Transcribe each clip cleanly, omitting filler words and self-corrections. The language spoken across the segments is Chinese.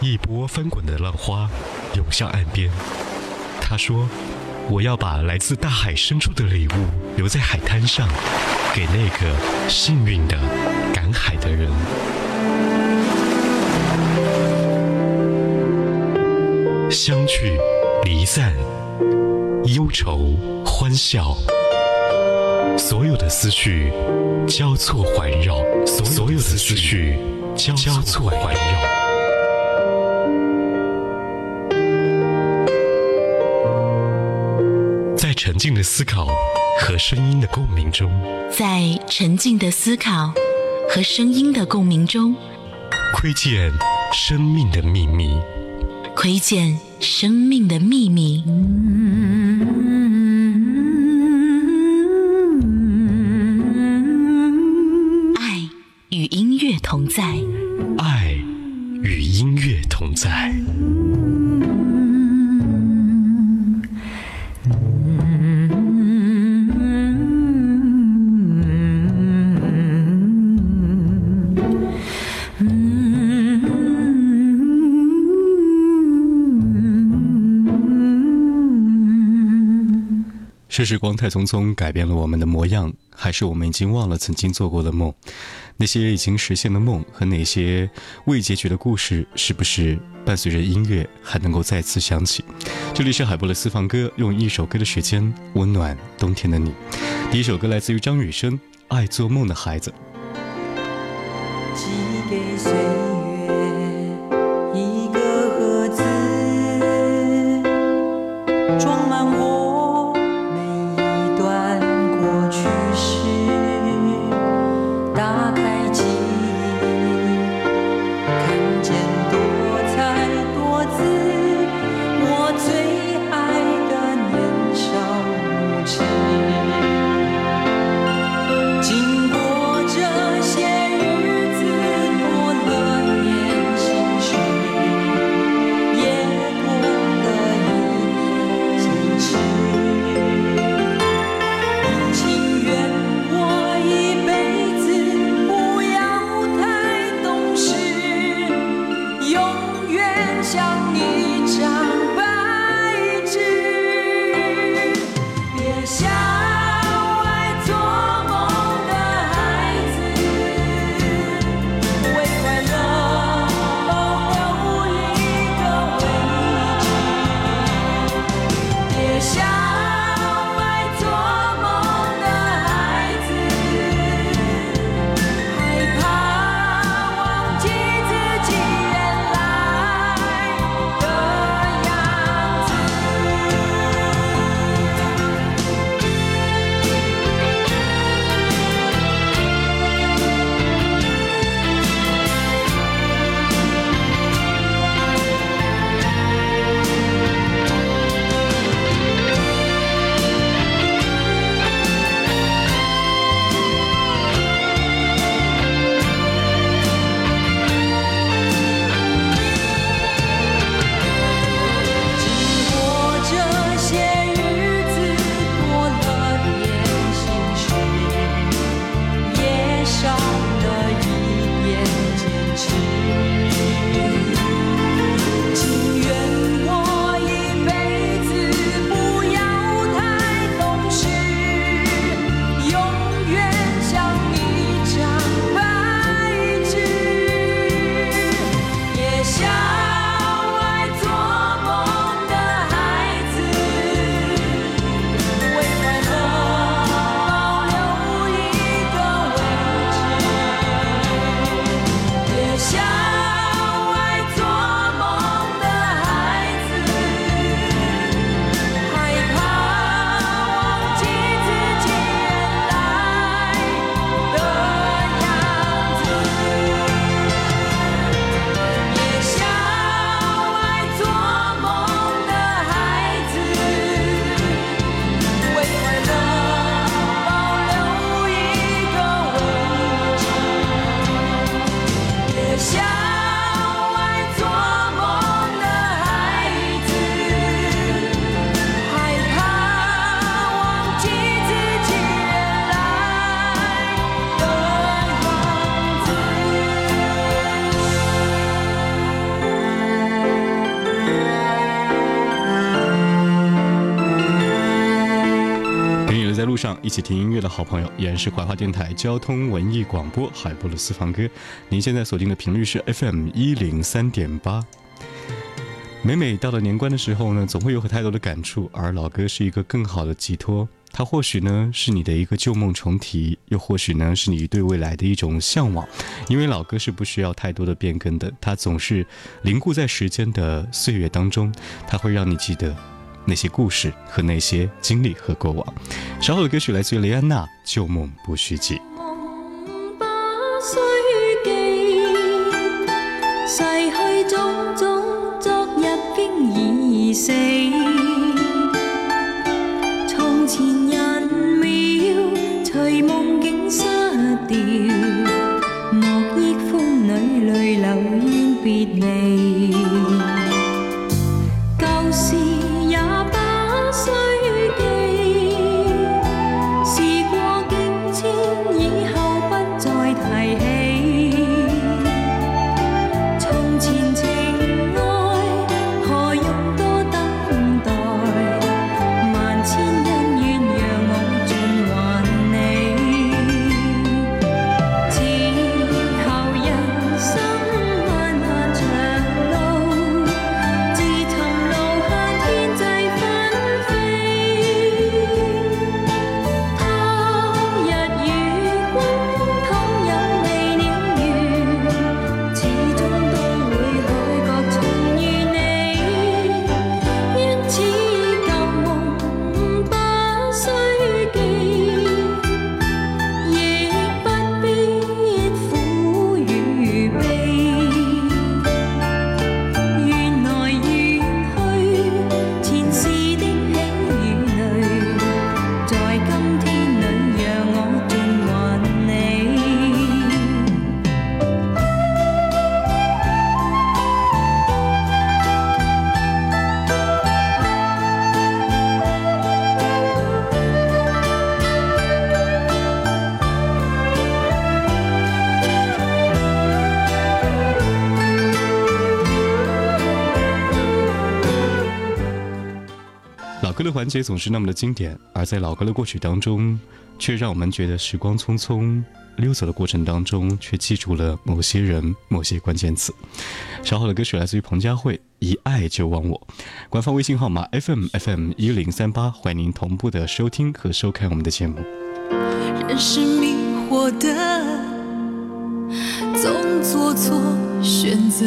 一波翻滚的浪花涌向岸边。他说，我要把来自大海深处的礼物留在海滩上，给那个幸运的赶海的人。相聚离散，忧愁欢笑，所有的思绪交错环绕，所有的思绪交错环绕。在沉静的思考和声音的共鸣中， 在沉静的思考和声音的共鸣中， 窥见生命的秘密， 窥见生命的秘密。爱与音乐同在， 爱与音乐同在。 是时光太匆匆，改变了我们的模样，还是我们已经忘了曾经做过的梦？那些已经实现的梦和那些未结局的故事，是不是伴随着音乐还能够再次响起？这里是海波的私房歌，用一首歌的时间温暖冬天的你。第一首歌来自于张雨生，《爱做梦的孩子》。 寄给岁月一个盒子，装满我的路上一起听音乐的好朋友，依然是怀化电台交通文艺广播海波的私房歌。您现在锁定的频率是 FM103.8。每每到了年关的时候呢，总会有太多的感触，而老歌是一个更好的寄托。它或许呢是你的一个旧梦重提，又或许呢是你对未来的一种向往。因为老歌是不需要太多的变更的，它总是凝固在时间的岁月当中，它会让你记得那些故事和那些经历和过往。稍后的歌曲来自于雷安娜，《旧梦不须记》。 梦不须记，逝去种种，昨日經已死。從前人秒，隨夢境失掉，莫憶風裏淚流怨別離。舊事也不須記，時過境遷，以後不再提起。從前情愛，何用多等待？萬千恩怨讓我盡還你。此後人生漫漫長路，自尋路向天際紛飛。他日與君躺飲未了緣，始終都會海角重遇你。因此舊夢不須記，亦不必苦與悲。緣來緣去，前世的喜與淚，在今天裏讓我盡還你。 老歌的环节总是那么的经典，而在老歌的过曲当中，却让我们觉得时光匆匆，溜走的过程当中，却记住了某些人、某些关键词。稍后的歌曲来自于彭佳慧，《一爱就忘我》。官方微信号码 FM1038，欢迎您同步的收听和收看我们的节目。 人是迷惑的，总做错选择，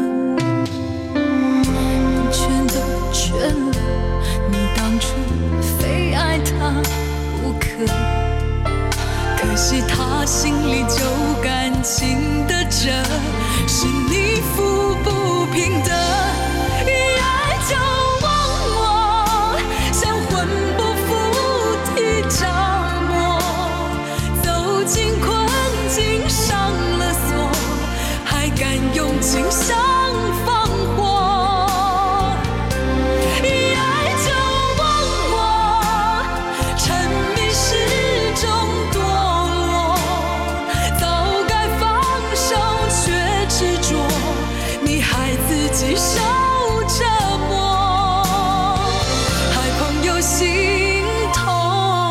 全都劝了，你当初非爱他不可。可惜他心里就感情的这，是你抚不平的。一爱就忘我，像魂不附体着魔，走进困境上了锁，还敢用情伤放火。一爱就忘我，沉迷是种堕落，早该放手却执着，你还自己受折磨，害朋友心痛。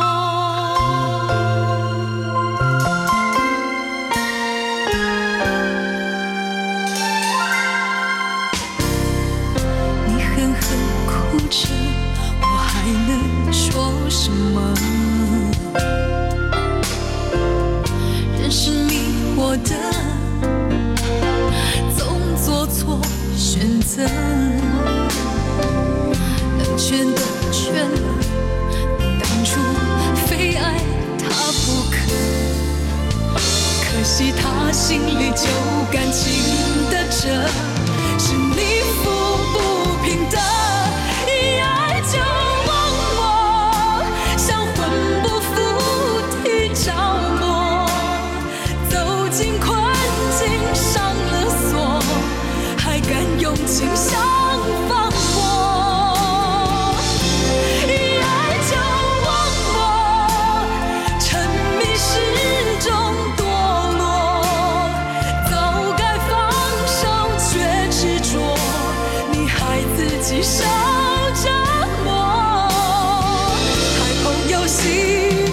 你狠狠哭着，我还能说什么？人是迷惑的，总做错选择，能劝的劝了，你当初非爱他不可。可惜他心里就感情的这，是你抚不平的。一爱就忘我，像魂不附体着魔，走进困境上了锁，还敢用情伤放火。一爱就忘我，沉迷是种堕落，早该放手却执着，你还自己受折磨，害朋友心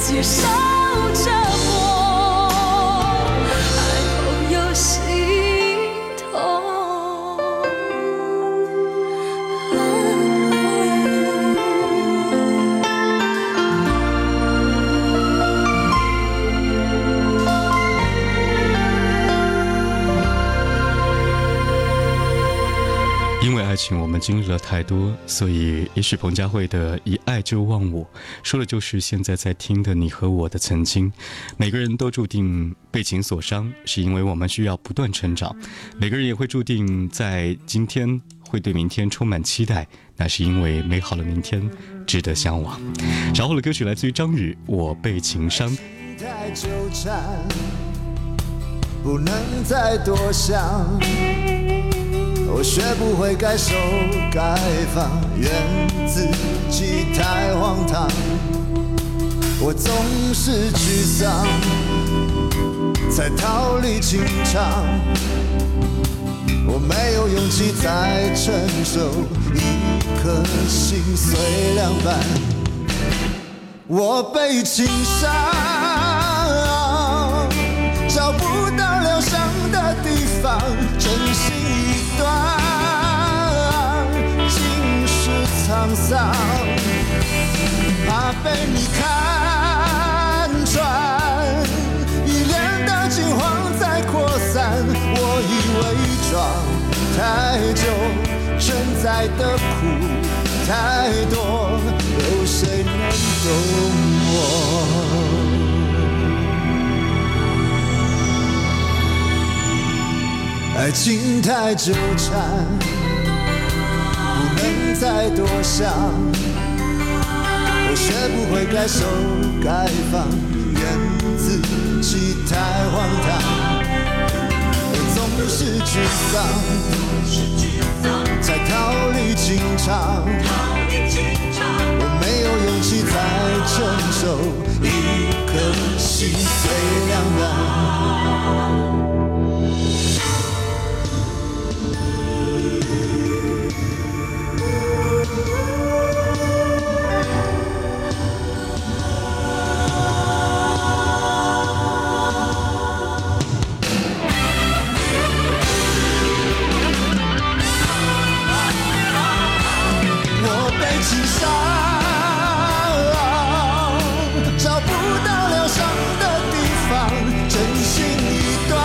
接受折磨，爱后又心痛。 因为爱情我们经历了太多，所以也许彭佳慧的《一爱就忘我》说的就是现在在听的你和我的曾经。每个人都注定被情所伤，是因为我们需要不断成长。每个人也会注定在今天会对明天充满期待，那是因为美好的明天值得向往。稍后的歌曲来自于张宇，《我被情伤》。 太纠缠，不能再多想，我学不会该收该放，怨自己太荒唐，我总是沮丧，才逃离情场，我没有勇气再承受一颗心碎两半，我被情伤，找不到疗伤的地方，真心一段尽是沧桑，怕被你看穿，依恋的惊慌在扩散，我已伪装太久，承载的苦太多，有谁能懂我？爱情太纠缠，不能再多想，我学不会该收该放，怨自己太荒唐，我总是沮丧，才逃离情场，我没有勇气再承受一颗心碎两半。情伤，找不到疗伤的地方，真心一段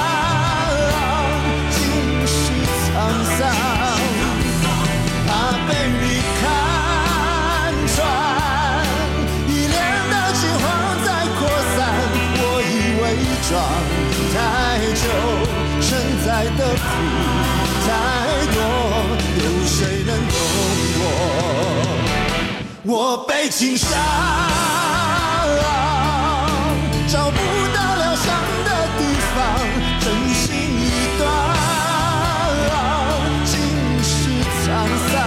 尽是沧桑，怕被你看穿，依恋的惊慌在扩散，我已伪装太久，承载的苦太多，有谁能懂我？我被情伤，找不到疗伤的地方，真心一段尽是沧桑，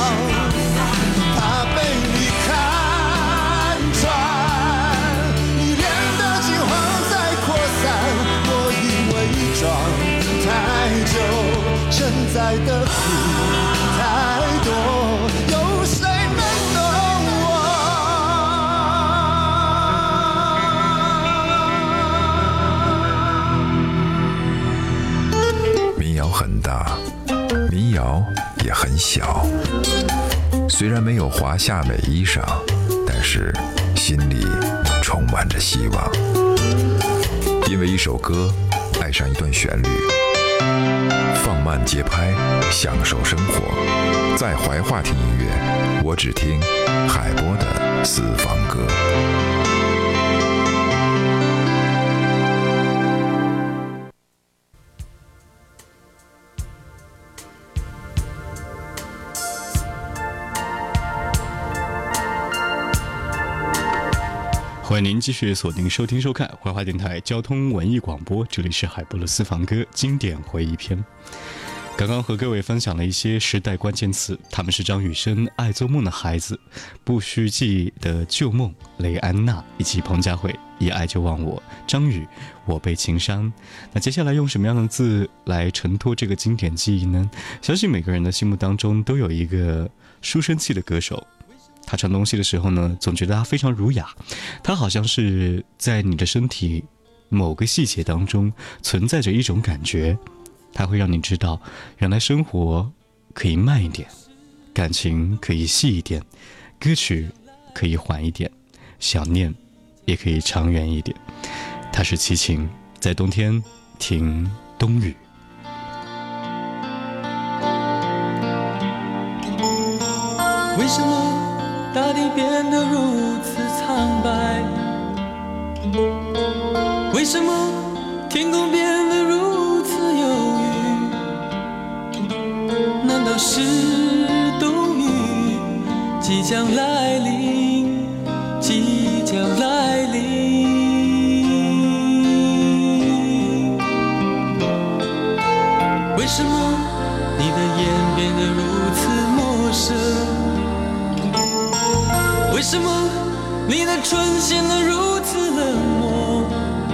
怕被你看穿，依恋的惊慌在扩散，我已伪装太久，承载的苦太多，有谁能很大，民谣也很小。虽然没有华夏美衣裳，但是心里充满着希望。因为一首歌，爱上一段旋律，放慢节拍，享受生活。在怀化听音乐，我只听海波的私房歌。 欢迎您继续锁定收听收看怀化电台交通文艺广播，这里是海波的私房歌经典回忆篇。刚刚和各位分享了一些时代关键词，他们是张雨生《爱做梦的孩子》、不须记的旧梦、雷安娜，以及彭佳慧《一爱就忘我》、张宇《我被情伤》。那接下来用什么样的字来承托这个经典记忆呢？相信每个人的心目当中都有一个书生气的歌手， 他尝东西的时候呢，总觉得他非常儒雅，他好像是在你的身体某个细节当中存在着一种感觉，它会让你知道，原来生活可以慢一点，感情可以细一点，歌曲可以缓一点，想念也可以长远一点。它是齐秦，在冬天听冬雨。 为什么大地变得如此苍白？为什么天空变得如此忧郁？难道是冬雨即将来临？即将来临？为什么你的眼变得如此陌生？为什么你的唇显得如此冷漠？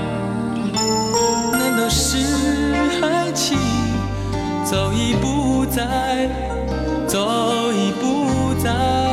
难道是爱情早已不在，早已不在？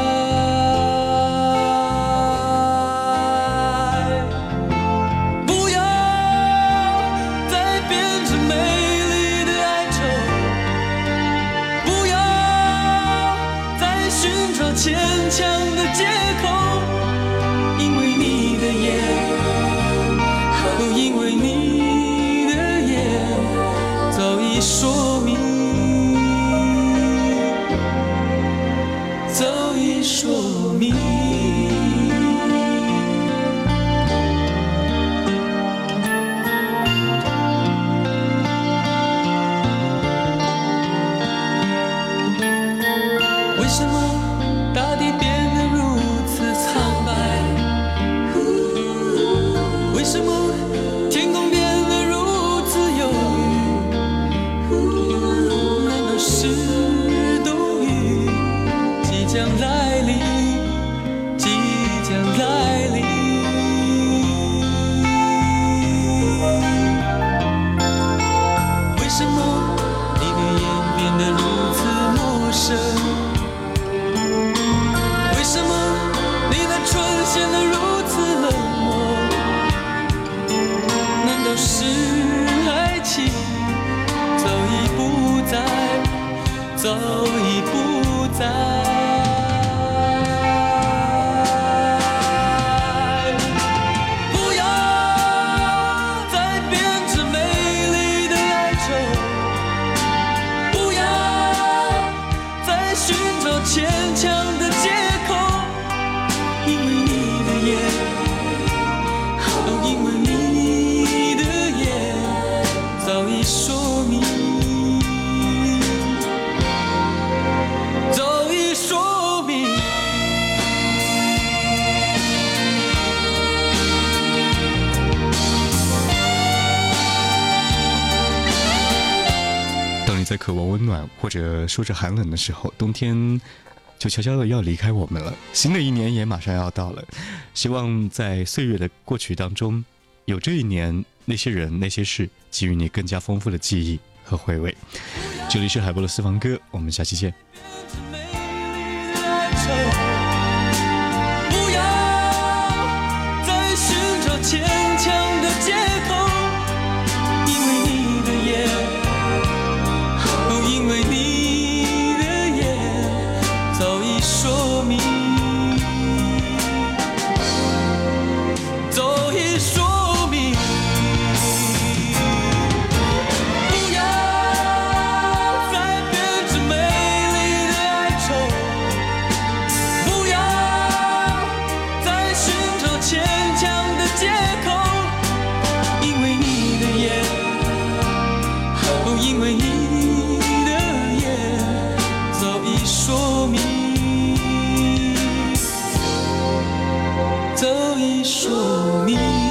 不要再编织美丽的哀愁，不要再寻找牵强的借口，因为你的眼，哦，因为你的眼早已说明，早已说明。为什么大地变得如此苍白？为什么天空变得如此忧郁？难道是冬雨即将来临？即将来临？为什么你的眼变得如此陌生？为什么你的唇显得如此冷漠？难道是爱情早已不在，早已不在？不要再编织美丽的哀愁，不要再寻找牵强的借口，因为你的眼，哦，因为你的眼早已说明，早已说明。 当你在渴望温暖或者说着寒冷的时候，冬天就悄悄的要离开我们了，新的一年也马上要到了，希望在岁月的过去当中，有这一年那些人那些事给予你更加丰富的记忆和回味。这里是海波的私房歌，我们下期见。 美丽的哀愁，不要再寻找牵强的借口，因为你的眼，哦，因为你的眼早已说明，早已说明。不要再编织美丽的哀愁，不要再寻找牵强的借口，因为你的眼，哦，因为你的眼早已说明，早已说明。